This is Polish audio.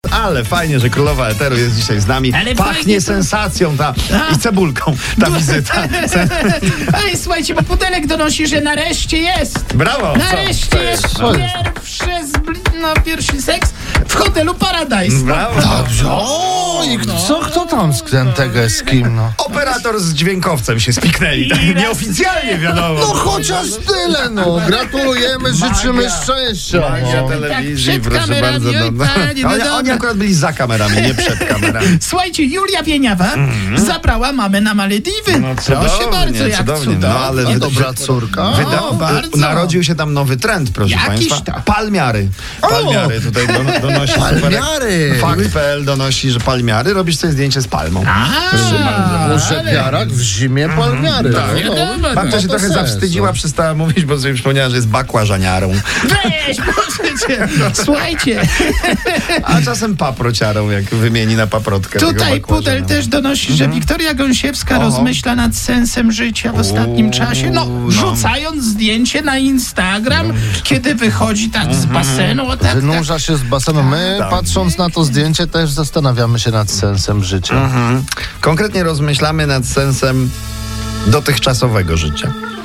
ale fajnie, że królowa eteru jest dzisiaj z nami. Ale Pachnie fajnie to- sensacją i cebulką ta wizyta. Ej, słuchajcie, bo Pudelek donosi, że nareszcie jest. Brawo! Nareszcie jest pierwszy seks w hotelu Paradise. Brawo! Dobrze. O, i kto tam z tego z kim, no? Operator z dźwiękowcem się spiknęli. Tak, nieoficjalnie wiadomo. No chociaż tyle, no. Gratulujemy, życzymy szczęścia. Magia No. telewizji, Tak, przed proszę kamerami, bardzo. oj, panie, no Oni dobra. akurat byli za kamerami, nie przed kamerami. Słuchajcie, Julia Wieniawa zabrała mamę na Malediwy. Proszę bardzo, jak cudownie. cudownie. No, ale Dobra córka. bardzo. Narodził się tam nowy trend, proszę Jakiś państwa. to. Palmiary. Palmiary tutaj donosi. Palmiary. Fakt.pl donosi, że palmiary. Robisz sobie zdjęcie z palmą. Rzepiarak w zimie palmiary. Tak. No, Wiadomo, Babcia się to trochę sens. zawstydziła, przestała mówić, bo sobie przypomniała, że jest bakłażaniarą. Weź, proszę cię. Słuchajcie, A czasem paprociarą, jak wymieni na paprotkę. tego tutaj bakłażana. Pudel też donosi, że Wiktoria Gąsiewska rozmyśla nad sensem życia w ostatnim czasie, rzucając zdjęcie na Instagram, kiedy wychodzi tak z basenu. O, tak, Wynurza się z basenu. My, patrząc na to zdjęcie, też zastanawiamy się nad sensem życia. Konkretnie rozmyślamy nad sensem dotychczasowego życia.